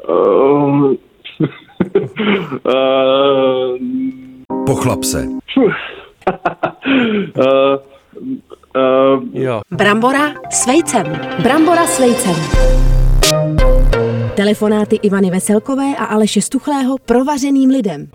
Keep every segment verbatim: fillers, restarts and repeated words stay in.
Uh, uh, Pochlap se. uh, uh, Jo. Brambora s vejcem. Brambora s vejcem. Telefonáty Ivany Veselkové a Aleše Stuchlého provařeným lidem.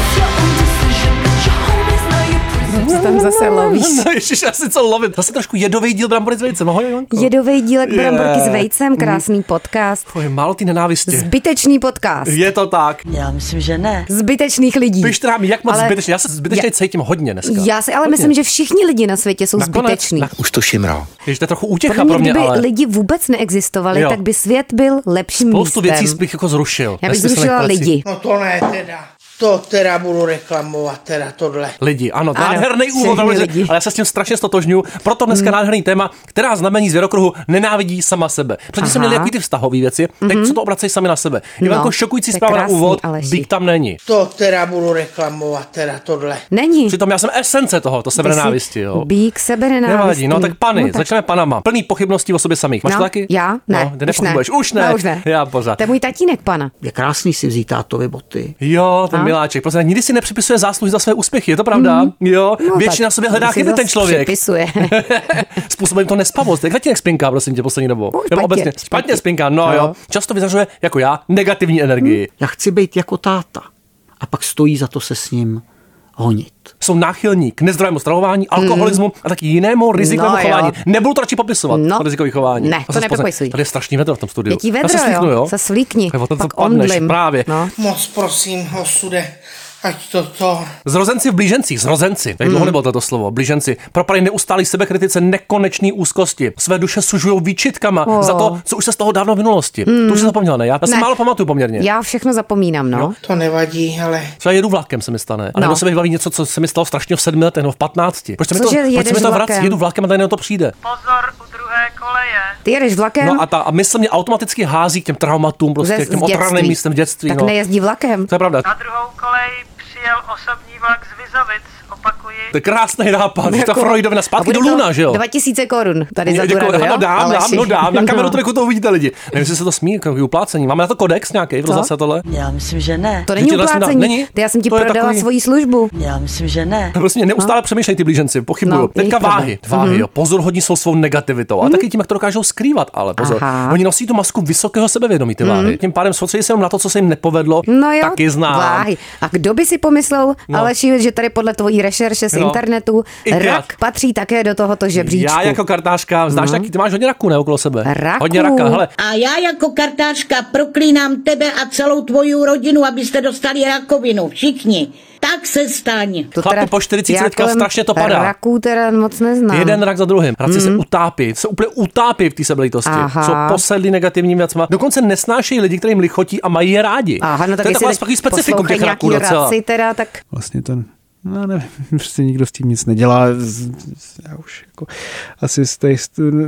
Co tam zase lovíš? No ježiš, asi co lovit. Zase trošku jedový díl Brambory s vejcem. Ahoj, Ivanko. Jedový dílek Bramborky s vejcem, krásný podcast. To je málo ty nenávisti. Zbytečný podcast. Je to tak. Já myslím, že ne. Zbytečných lidí. Pište nám, jak moc Ale- zbytečný. Já se zbytečně Já- cítím hodně dneska. Já si ale Hodně. myslím, že všichni lidi na světě jsou Nakonec- zbyteční. na- Už to šimral. Ježiš, to je trochu útěcha Podle mě, pro mě, kdyby ale lidi vůbec neexistovali, Jo. tak by svět byl lepším spoustu místem. věcí bych jako zrušil. Já bych Nesmyslných zrušila prací. lidi. No to ne teda. To teda budu reklamovat, teda tohle. Lidi, ano, Ano, nádherný úvod, všechny ale lidi. já se s tím strašně stotožňuju. Proto dneska Hmm. nádherný téma, která znamení zvěrokruhu nenávidí sama sebe. Předtím jsme Aha. měli takový ty vztahové věci, teď co to obracej sami na sebe. No, Ivanko, šokující to je zpráva na krásný, úvod, Aleši. Bík tam není. To teda budu reklamovat, teda tohle. Není. Přitom já jsem esence toho, to sebenenávisti, jo. Bík sebenenávisti. Nevadí, no tak pany, No tak- začneme panama. Plný pochybností o sobě samých. Máš No, to taky? já? Ne, No, ty už ne. nepochybuješ. Už ne. No, už ne. Já pořád. To je můj tatínek, pana. Je krásný si vzít tátovi boty. Jo, ten A? miláček. Prostě nikdy si nepřipisuje zásluhy za své úspěchy, je to pravda? Jo, No, většině na tak sobě hledá si chyby zas ten člověk. Připisuje. Způsobuje jim to nespavost. Jak tatínek spinká, prosím tě, poslední dobou? No, Nebo špatně, obecně. špatně. Špatně spinká, no No. jo. Často vyzařuje, jako já, negativní energii. Já chci být jako táta. A pak stojí za to se s ním honit. Jsou náchylní k nezdravému stravování, alkoholismu a taky jinému rizikovému No jo. chování. Nebudu to radši popisovat, No. to rizikové chování. Ne, to se nepopisuj. Tady je strašný vedro v tom studiu. Jaký Já vedro, se slíknu, jo? jo? Se slíkni. Tak o tom Pak padneš, omdlím. právě. No. Moc prosím, osude, ať to to... Zrozenci v blížencích, zrozenci, jak dlouho nebylo toto slovo, blíženci, propadají neustálý sebekritice, nekonečný úzkosti, své duše sužujou výčitkama Oh. za to, co už se z toho dávno v minulosti. To už jsem zapomněla, ne? Já si Ne. málo pamatuju poměrně. Já všechno zapomínám, no. Jo. To nevadí, ale... Třeba jedu vlakem, se mi stane. A No. nebo se mi vybaví něco, co se mi stalo strašně v sedmi letech nebo v patnácti. Proč se mi to, Cože, proč se jedeš mi to vrací? vlakem? Jedu vlakem a tady na to přijde. Pozor, u druhé koleje. Ty jedeš vlakem? No a ta a mysl mě automaticky hází k těm traumatům, prostě Ze- k těm z dětství. otravným místem v dětství. Tak no. nejezdí vlakem. To je pravda. Na druhou kolej přijel osobní vlak z Vizovic, opakuji. To je krásný nápad. Jako- Ta Freudovna A zpátky bude do to Luna, že jo? dva tisíce korun tady za tu Děkuji, radu, ano, jo? dám, dám, Aleši. no dám, na kameru No. to, jako to uvidíte lidi. Nevím, jestli se to smí, jako uplácení. Máme na to kodex nějaký, pro Co? zase tohle? Já myslím, že ne. To není Že ti lesní uplácení. dá- není? Ty, já jsem ti To je prodala takový- svoji službu. Já myslím, že ne. Prostě neustále přemýšlejí ty blíženci, pochybuju. No, Teďka jejich problém. váhy, váhy, jo. Pozoruhodní jsou svou negativitou. A taky tím, jak to dokážou skrývat, ale pozor. Aha. Oni nosí tu masku vysokého sebevědomí, ty váhy. Tím pádem soustředí se jenom na to, co se jim nepovedlo. No jo, Taky znám. váhy. A kdo by si pomyslel, No. Aleši, že tady podle tvojí rešerše z No. internetu I rak tak. patří také do tohoto žebříčku. Já jako kartářka, znáš taky, ty máš hodně raků, ne, okolo sebe. Raků? Hodně raka, hele. A já jako kartářka proklínám tebe a celou tvoji rodinu, abyste dostali rakovinu. Všichni. Tak se staň. To Chlapi po čtyřiceti já teďka kolem strašně to padá. Raků teda moc neznám. Jeden rak za druhým. Radci se utápí, se úplně utápí v té sebelitosti. Aha. Jsou posedlí negativními věcma. Dokonce nesnášejí lidi, kterým lichotí a mají je rádi. Aha, no tak to je jestli takový specifikum poslouchají těch raků nějaký docela. raci teda, tak Vlastně ten, no nevím, prostě nikdo s tím nic nedělá. Z- z- Já už jako asi z té,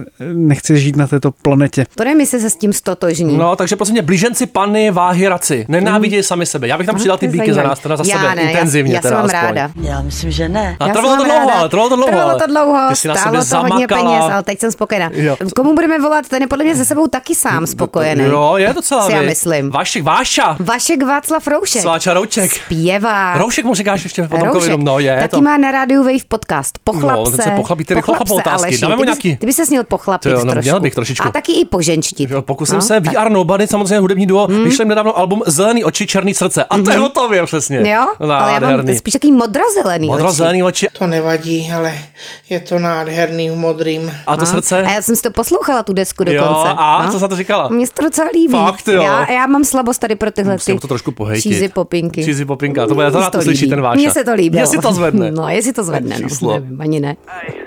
nechci žít na této planetě. to nevím, jestli se s tím stotožní. No, takže prosím mě, blíženci, panny, váhy, raci. Nenávidějí sami sebe. Já bych tam Aha, přidal ty to je bíky za zajímavý. nás, teda za Já sebe, ne, já- intenzivně. já teda jsem mám aspoň. ráda. Já myslím, že ne. A Já trvalo jsem to mám dlouho, ráda. ale trvalo to dlouho. Trvalo ale. to dlouho, Ty jsi na stálo sebe to hodně zamakala. peněz, ale teď jsem spokojená. Jo. Komu budeme volat, ten je podle mě se sebou taky sám spokojený. Jo, je to celá Si já vy. myslím. Vašek, Váša. Vašek Václav Roušek. Sváča Rouček. Zpěvá. Roušek mu říkáš ještě potom Roušek. covidu. No, je Taky to. má na rádiu Wave podcast. Pochlap No, se. teď se pochlapí, ty rychle Pochlap chlapou se, otázky. Aleši. Dáme mu Ty bys- nějaký? Ty by se měl pochlapit To jo, no, trošku. měl bych trošičku. A taky i poženštit. Jo, pokusím No, se. tak. V R Nobody, samozřejmě hudební duo, hmm. vyšli jim nedávno album Zelený oči, černý srdce. A to je hotově přesně. Jo, ale já mám Nádherný. spíš takový modrozelený oči. Modrozelený oči. To nevadí, ale je to nádherný v modrým. A to No. srdce? A já jsem si to poslouchala, tu desku Jo, dokonce. a No. co jsi na to říkala? Mně se to docela líbí. Fakt, jo. Já, já mám slabost tady pro tyhle Musím ty to trošku pohejtit. cheesy popinky. Cheesy popinka, to bude Mně to se na to slyší líbí. ten váš. Mně se to líbilo. Jestli to zvedne. No, jestli to zvedne, no. Číslo. Nevím, ani ne.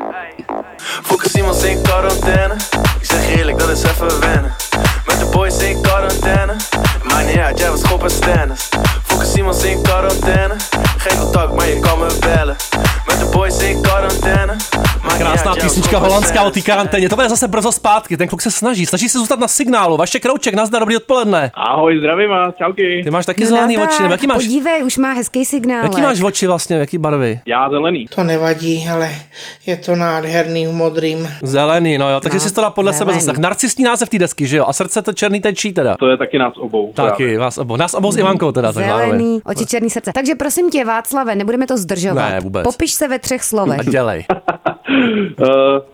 Focus iemand in quarantaine. Ik zeg eerlijk, dat is even wennen. Met de boys in quarantaine. Maakt niet uit, jij was schop en stennis. Focus iemand in quarantaine. Geen contact, maar je kan me bellen. Met de boys in quarantaine. Maakt niet uit, Krásná jij was písnička holandská o té karanténě. To bude zase brzo zpátky. Ten kluk se snaží, snaží se zůstat na signálu. Vašek Rouček, nazdar, dobrý odpoledne. Ahoj, zdravím vás, čauky. Ty máš taky zelený oči, nebo jaký máš? Podívej, už má hezký signál. Jaký máš oči vlastně, jaký barvy? Já zelený. To nevadí, ale je to nádherný v modrým. Zelený, no jo, takže No, si to dá podle zelený. sebe zase. Narcistní název té desky, že jo? A srdce to černý tečí teda. To je taky nás obou. Taky, právě. vás obou. Nás obou s Ivankou teda. Tak zároveň. Zelený, oči, černý srdce. Takže prosím tě, Václave, nebudeme to zdržovat. Ne, vůbec. Popiš se ve třech slovech. A dělej. Uh,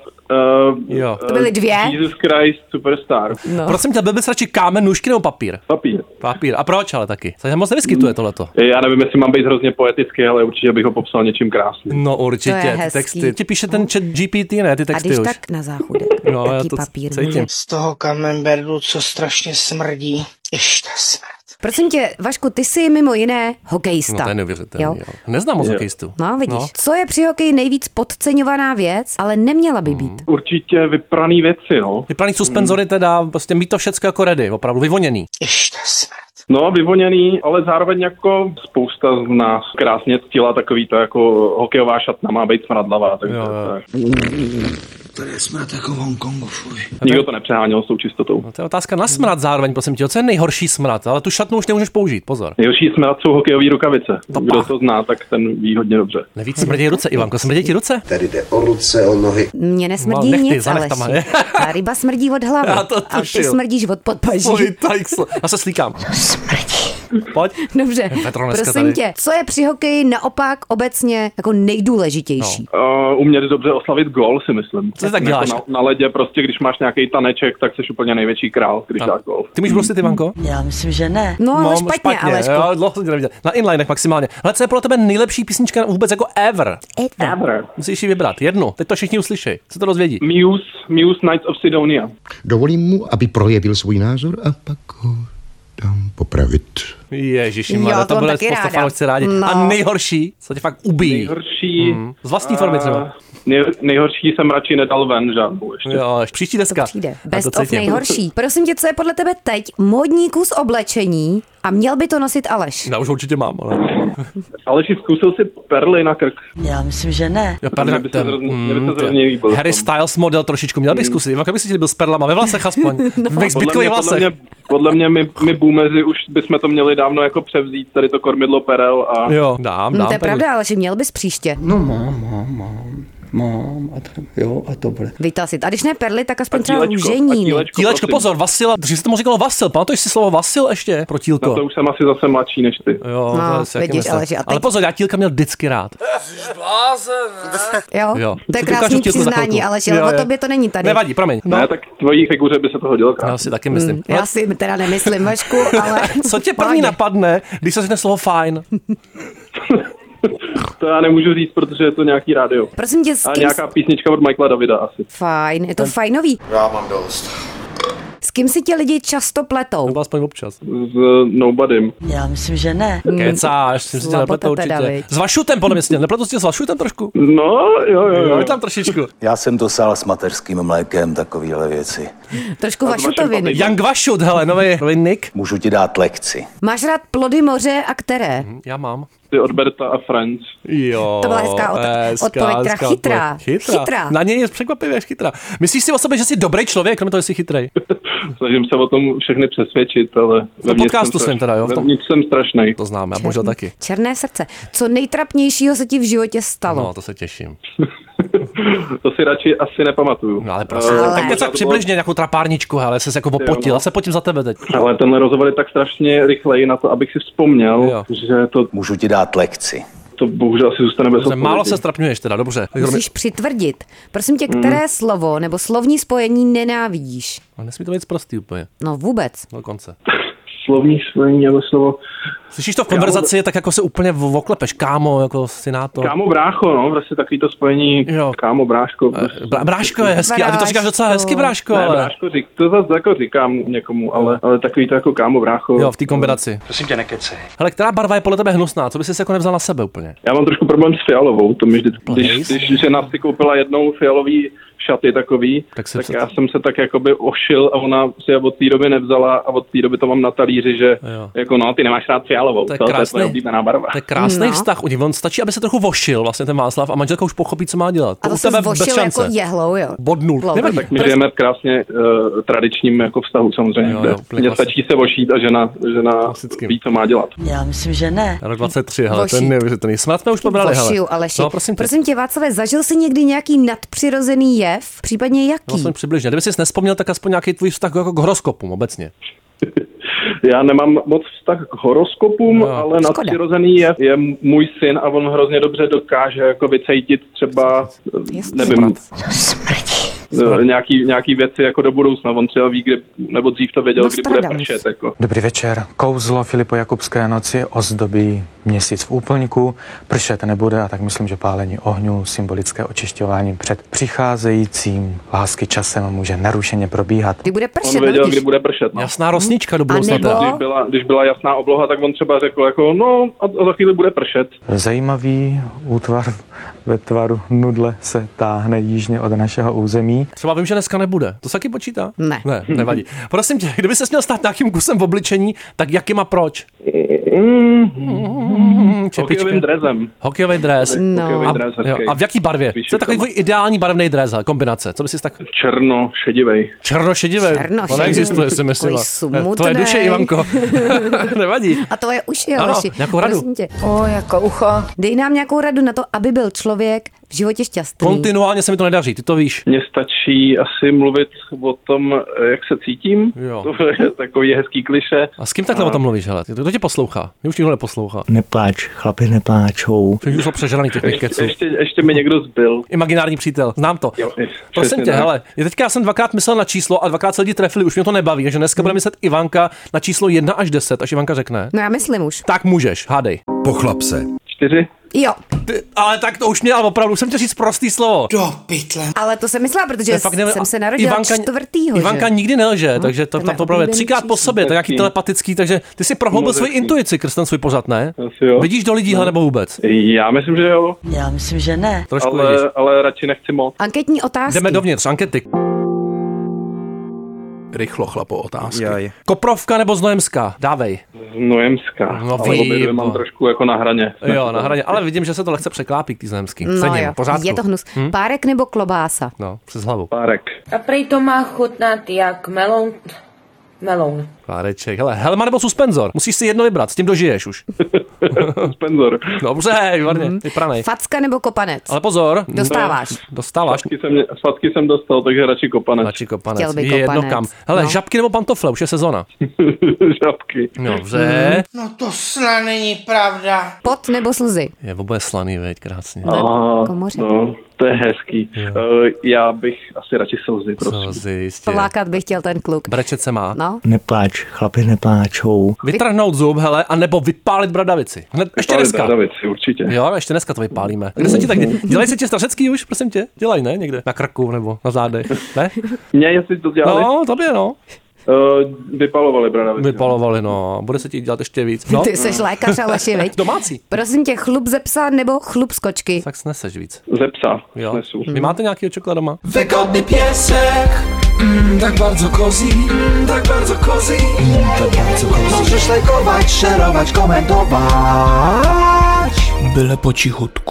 uh, Jo. To byly dvě? Jesus Christ, superstar. No. Prosím tě, byl bys radši kámen, nůžky nebo papír? Papír. Papír. A proč ale taky? Se moc nevyskytuje tohleto. Já nevím, jestli mám být hrozně poetický, ale určitě bych ho popsal něčím krásným. No To je určitě, ty hezký. texty. Ti píše ten chat G P T, ne? Ty A texty když už. tak na záchodek. No, já Taký to papír. cítím. Z toho camembertu, co strašně smrdí. Ještě smrt. Prosím tě, Vašku, ty jsi mimo jiné hokejista. No to je neuvěřitelný, Jo? jo. Neznám moc Jo. hokejistů. No, vidíš. No. Co je při hokeji nejvíc podceňovaná věc, ale neměla by být? Určitě vypraný věci, no. Vyplaný suspenzory teda, prostě mít to všecko jako ready, opravdu vyvoněný. Ještě smrt. No, vyvoněný, ale zároveň jako spousta z nás krásně ctila takový to jako hokejová šatna má být smradlavá, takže Jo, jo. tak. Tady je smrt jako v Hongkongu, fuj. Nikdo to nepřeháněl s tou čistotou. No, to je otázka na smrad zároveň, prosím tě. Co je nejhorší smrad? Ale tu šatnu už nemůžeš použít, pozor. Nejhorší smrad jsou hokejové rukavice. To Kdo pach. to zná, tak ten ví hodně dobře. Nevíc smrdějí ruce, Ivanko, smrdějí ti ruce? Tady jde o ruce, o nohy. Mně nesmrdí No, nechty, nic, za nechtama, Aleši. ne? A ryba smrdí od hlavy. Já to a ty tušil. smrdíš od podpaží. Oj, tajksl. Já se slíkám. Pojď. Dobře, Petro dneska prosím tady. tě, co je při hokeji naopak obecně jako nejdůležitější? No. Uh, umět dobře oslavit gól, si myslím. Co ty tak Jako děláš? Na, na ledě prostě, když máš nějaký taneček, tak jsi úplně největší král, když dáš gól. Ty můžeš bruslit, Ivanko? Já myslím, že ne. No, ale No, špatně, Alešku. jo, dlouho jsem tě neviděl. Na inlinech maximálně. Ale co je pro tebe nejlepší písnička vůbec jako ever? Ever. Musíš ji vybrat. Jednu. Teď to všichni uslyšej. Co to dozvědí? Muse, Muse Knights of Sidonia. Dovolím mu, aby projevil svůj názor a pak ho dám popravit. Ježiši, Jo, mladé, to to mám bude taky spousta ráda. fanoušci rádi. No. A nejhorší, co tě fakt ubíjí. Nejhorší... Mm. Z vlastní formy třeba. Nej, nejhorší jsem radši nedal ven žádnou ještě. Jo, až příští deska. Přijde. Já Best to of cítím. nejhorší. Prosím tě, co je podle tebe teď módní kus oblečení a měl by to nosit Aleš? Já už určitě mám, ale... Ale si zkusil si perly na krk. Já myslím, že ne. Jo, perly, Mě by se ten, hrozně- mě by se mm, hrozně líbil. Harry Styles model trošičku, měl bych zkusit. Ivanka, bych si líbil s perlama ve vlasech aspoň. V mých Podle zbytkových mě, podle vlasech. mě, podle mě my, my boomeři už bychom to měli dávno jako převzít, tady to kormidlo perel a... Jo, dám, Hm, dám. to je tak- pravda, ale že měl bys příště. No mám, mám, mám, mám, a to, jo, a to bude. Vytasit. A když ne perly, tak aspoň A třeba tílečko, růžení. a tílečko, Tílečko, prosím. pozor, Vasil, dřív se tomu říkalo Vasil, pamatuješ si slovo Vasil ještě pro Na tílko? to už jsem asi zase mladší než ty. Jo, No, to je si jaký vidíš, myslím. Aleši, a teď- Ale pozor, já tílka měl vždycky rád. Jo? Jo. To je Ty ukážu krásný tílku za přiznání, chvilku. ale Jo, o jo. tobě to není tady. Nevadí, promiň. No, Ne, tak tvojí figuře by se to hodilo krásně. já si taky myslím. Já si teda nemyslím, Vašku, ale... Co tě první Pohodě. napadne, když se řekne slovo fajn? To já nemůžu říct, protože je to nějaký rádio. Prosím tě, s A kým... nějaká písnička od Michaela Davida asi. Fajn, je to fajnový. Já mám dost. S kým si tě lidi často pletou? Nebo aspoň občas. S Nobodym. Já myslím, že ne. Kecáš, si tě Slabota nepletou teda, určitě. viď? S Vašutem, podle mě si tě nepletou si tě s Vašutem trošku? No, jo, jo, Jo, jo. je tam trošičku. Já jsem to sál s mateřským mlékem, takovýhle věci. Trošku A s Vašutoviny. vaším Young Vašut, hele, nový, nový nick. Můžu ti dát lekci. Máš rád plody moře a které? Já mám. Ty od Berta a Friends. Jo, To byla hezká ot- odpověď, teda hezká chytrá. odpověď. Chytrá. Chytrá. Na něj je překvapivě až chytrá. Myslíš si o sobě, že jsi dobrý člověk, kromě toho, že jsi chytrej? Snažím se o tom všechny přesvědčit, ale... V podcastu jsem teda, jo, v tom- Vevnitř jsem strašnej. To známe, a bohužel taky. Černé srdce. Co nejtrapnějšího se ti v životě stalo? No, to se těším. To si radši asi nepamatuju. No ale prosím, Eh, Ale- tak teď možná tak to bylo- přibližně nějakou trapárničku, hele, se jako opotil, no. já se potím za tebe teď. Ale tenhle rozhovor je tak strašně rychlej na to, abych si vzpomněl, Jo. že to, Můžu ti dát lekci. to bohužel asi zůstane bez Dobře, málo odpovědi. se strapňuješ teda, dobře. Musíš přitvrdit. Prosím tě, které slovo nebo slovní spojení nenávidíš? Ale nesmí to být prostý úplně, No vůbec. do konce. Slovní spojení nebo slovo. Slyšíš to v konverzaci, tak jako se úplně v- oklepeš, kámo, jako si na to. Kámo brácho, no, prostě takový to spojení Jo. kámo bráško. Eh, Bra- bráško je hezký, a ty to říkáš docela hezky, bráško, Ne, ale... bráško, řík, to zase jako říkám někomu, ale, ale takový to jako kámo brácho. Jo, v té kombinaci. Prosím tě, nekecej. Hele, která barva je podle tebe hnusná? Co by si jako nevzal na sebe úplně? Já mám trošku problém s fialovou, to mi vždy, když, Blaze? když žena si koupila jednou fialový šaty takový, tak, tak já jsem se tak jakoby ošil a ona si je od té doby nevzala a od té doby to mám na talíři, že jo. Jako no, ty nemáš rád fialovou, to je, to je tvoje oblíbená barva. To je krásný no. vztah, on stačí, aby se trochu vošil vlastně ten Václav a manželka už pochopí, co má dělat. A to se vošil jako jehlou, jo. Bodnul. Tak my žijeme v krásně uh, tradičním jako vztahu samozřejmě. Mně stačí se vošít a žena, žena ví, co má dělat. Já myslím, že ne. Rok dvacet tři, hele, ten neuvěřitelný. Smát jsme už pobrali, hele. Vošiju, Aleši. No, prosím tě. Prosím tě, Václave, zažil jsi někdy nějaký nadpřirozený jev? Případně jaký? Vlastně přibližně. Kdyby jsi nespomněl, tak aspoň nějaký tvůj vztah jako k horoskopům obecně. Já nemám moc vztah k horoskopům, no, ale nadpřirozený je, je můj syn a on hrozně dobře dokáže jako vycejtit třeba, Jestli nevím, nějaký, nějaký věci jako do budoucna. On třeba ví, kdy, nebo dřív to věděl, kdy bude pršet. Jako. Dobrý večer. Kouzlo Filipo-Jakubské noci ozdobí měsíc v úplňku. Pršet nebude a tak myslím, že pálení ohňů, symbolické očišťování před přicházejícím lásky časem může nerušeně probíhat. Kdy bude pršet, on věděl, kdy bude pršet. No. Jasná rosnička do budoucna. Nebo... Když, byla, když byla jasná obloha, tak on třeba řekl jako no a, a za chvíli bude pršet. Zajímavý útvar ve tvaru nudle se táhne jižně od našeho území. Třeba vím, že dneska nebude. To se taky počítá? Ne. Ne, nevadí. Prosím tě, kdyby se směl stát nějakým kusem v obličení, tak jakým a proč? Mm, hokejovým dresem. Hokejový dres. No. Hokejový dres a, jo, a v jaký barvě? Co je takový tvůj ideální barevný dres, kombinace? Co bys si tak... Černo, šedivej. Černo, šedivej. Černo, to neexistuje, si myslím. To je duše, Ivanko. Nevadí. A to je uši, ano, Aleši. nějakou radu. O, jako ucho. Dej nám nějakou radu na to, aby byl člověk v životě šťastný. Kontinuálně se mi to nedaří, ty to víš. Mně stačí asi mluvit o tom, jak se cítím. Jo. To je takový hezký kliše. A s kým takhle a... o tom mluvíš, hele? Kdo tě poslouchá? Mě už nikdo neposlouchá. Nepláč, chlapi nepláčou. Už jsou přežraný těch ještě, keců. ještě, ještě mi někdo zbyl. Imaginární přítel, znám to. Jo, prosím tě, ne. hele, teďka já jsem dvakrát myslel na číslo a dvakrát se lidi trefili, už mě to nebaví, takže dneska hmm. bude myslet Ivanka na číslo jedna až deset, až Ivanka řekne. No já myslím už. Tak můžeš, hádej. Pochlap se. Čtyři. Jo. Ty, ale tak to už měl, opravdu, jsem chtěl říct prostý slovo. Do pytle. Ale to jsem myslela, protože fakt ne... jsem se narodila Ivanka, čtvrtýho. Ivanka že? nikdy nelže, hmm? takže to, tam to právě třikrát po sobě, to je nějaký telepatický, takže ty si prohloubil svoji intuici, Krsten, svůj pořad, ne? Vidíš do lidí, no. nebo vůbec? Já myslím, že jo. Já myslím, že ne. Trošku ale, ale radši nechci moc. Anketní otázky. Jdeme dovnitř, ankety. Rychlo, chlapo, otázky. Jaj. Koprovka nebo Znojemská? Dávej. Znojemská. No, ale obě mám trošku jako na hraně. Jo, na hraně, ale vidím, že se to lehce překlápí k tý Znojemský. No Cením, jo, pořádku. je to hnus. Hm? Párek nebo klobása? No, přes hlavu. Párek. A prej to má chutnat jak meloun. Meloun. Páreček. Hele, helma nebo suspenzor? Musíš si jedno vybrat, s tím dožiješ už. Suspenzor. Dobře, výborně, mm. vypranej. Facka nebo kopanec? Ale pozor. Dostáváš. No, dostáváš. Fatky jsem, fatky jsem dostal, takže radši kopanec. Radši kopanec. Chtěl by je kopanec. jedno kam. Hele, no. žabky nebo pantofle, už je sezona. Žabky. Dobře. Mm. No to snad není pravda. Pot nebo slzy? Je oboje slaný, veď, krásně. Aha, no, to je hezký. Uh, já bych asi radši slzy, prosím. Slzy, jistě. Plákat bych chtěl ten kluk. Brečet se má. No. Nepláč, chlapi nepláčou. Vytrhnout zub, hele, a nebo vypálit bradavici. Hned, ještě vypálit dneska. Bradavici, určitě. Jo, ještě dneska to vypálíme. Kde se ti tak dě... Dělají se ti strašecký už, prosím tě? Dělají, ne? Někde. Na krku nebo na zádech. Ne? Mě, jestli to dělali. No, tobě, no. Uh, vypalovali bradavici. Vypalovali, no. Bude se ti dělat ještě víc. No? Ty jsi lékař, Aleši, veď? Domácí. Prosím tě, chlup ze psa nebo chlup z kočky? Tak sneseš víc. Ze psa. Jo. Snesu. Vy máte nějaký čokolád doma? Wygodny piesek, mm, tak bardzo cozy, mm, tak bardzo cozy, mm, tak bardzo cozy. Możesz lajkować, szerować, komentować. Byle po cichutku.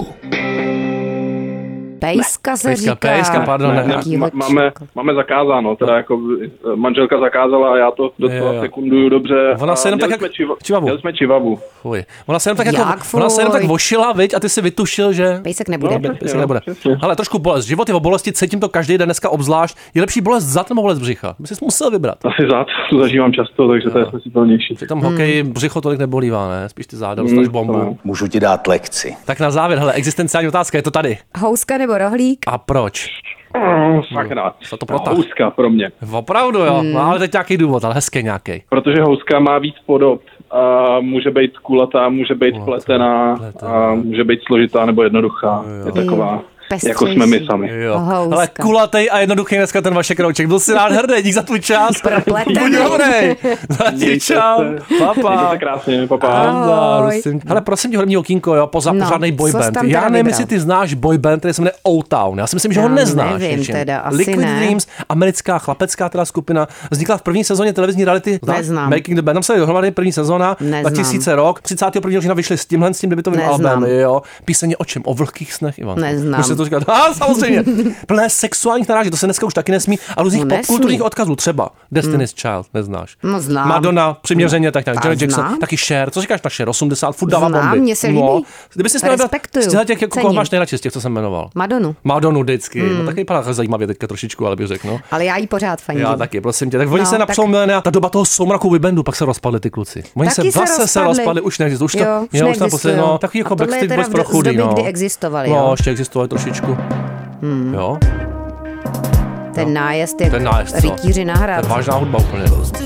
Pejska se pejska, říká. Pejska, pardon. Ne, ne, ma, máme, máme zakázáno, teda jako manželka zakázala a já to docela sekunduju dobře. Ona se jenom tak jak čivavu. Měli jsme čivavu. Fuj. Ona se jenom tak jako, Jak ona se jenom tak vošila, viď, a ty si vytušil, že... Pejsek nebude. No, pejsek nebude. Ale trošku bolest. Život je o bolesti, cítím to každý den dneska obzvlášť. Je lepší bolest zad nebo bolest břicha? By jsi musel vybrat. Asi zad, to zažívám často, takže to je snesitelnější. Při tom hokeji břicho tolik nebolívá, ne? Spíš ty záda, dostaneš bombu. Můžu ti dát lekci. Tak na závěr, hele, existenciální otázka, je to tady. Houska nebo rohlík? A proč? Oh, sakra. Co to protah? Houska pro mě. Opravdu, jo. Hmm. No, ale teď nějaký důvod, ale hezký nějaký. Protože houska má víc podob a může být kulatá, může být pletená a může být složitá nebo jednoduchá. Jo, jo. Je taková jako jsme my sami. Jo. Ale kulatej a jednoduchý dneska ten Vašek Rouček. Byl si rád hrdý, dík za tvůj čas. Buď dobrý. Zatím čau. Papa. Mějte se krásně, papa. Hele, prosím tě, hlavní okýnko, jo, pozor, no, pořádnej boyband. Já nevím, jestli ty znáš boyband, který se jmenuje O-Town. Já si myslím, že ho neznáš. Nevím teda, asi Liquid ne. Dreams, americká chlapecká teda skupina, vznikla v první sezóně televizní reality. Neznám. Making the Band. Tam se dohromady první sezóna, Neznám. dva tisíce rok, třicátého prvního října vyšli s tímhle s tím debutovým albem, jo. Píseň o čem? O vlhkých snech, Ivan. Neznám. Můžete to říkat. A samozřejmě. Plné sexuálních narážek, to se dneska už taky nesmí, a různých No, popkulturních odkazů, třeba Destiny's hmm. Child, neznáš. No, znám. Madonna, přiměřeně, tak tak. Janet Jackson, znám. taky Cher. Co říkáš na Cher? osmdesát, furt dává Znám, bomby. mně se líbí. No. Kdyby si Respektuju. z těch, jako, koho Cením. máš nejradši z těch, co jsem jmenoval? Madonu. Madonu vždycky. Hmm. No, taky vypadá zajímavě teďka trošičku, ale bych řekl, no. Ale já jí pořád fandím. Já taky, prosím tě. Tak oni No, se napřou tak... milénia, ta doba toho soumraku bandu, pak se rozpadli ty kluci. Oni Taky se zase se rozpadli, už neexistují. Už to, jo, už jo, už tam posledně, no, takový jako Backstreet Boys pro chudý, no. Kdy existovali, no, jo. ještě existovali trošičku. Hmm. Jo. Ten nájezd je Ten nájezd, rytíři na hrad. To je vážná hudba úplně.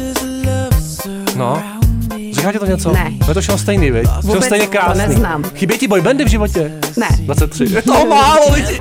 No. Říká ti to něco? Ne. Je to všechno stejný, viď? Všechno stejně krásný. To neznám. Chybějí ti boybandy v životě? Ne. dvacet tři. Je to málo lidí.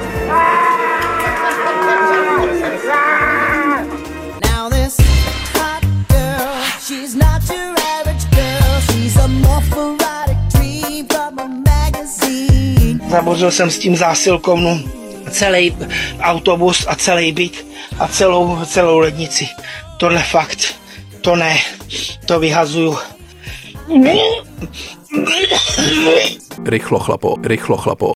Zabořil jsem s tím zásilkovnu celý autobus a celý byt a celou, celou lednici. Tohle fakt, to ne, to vyhazuju. Rychlo chlapo, rychlo chlapo,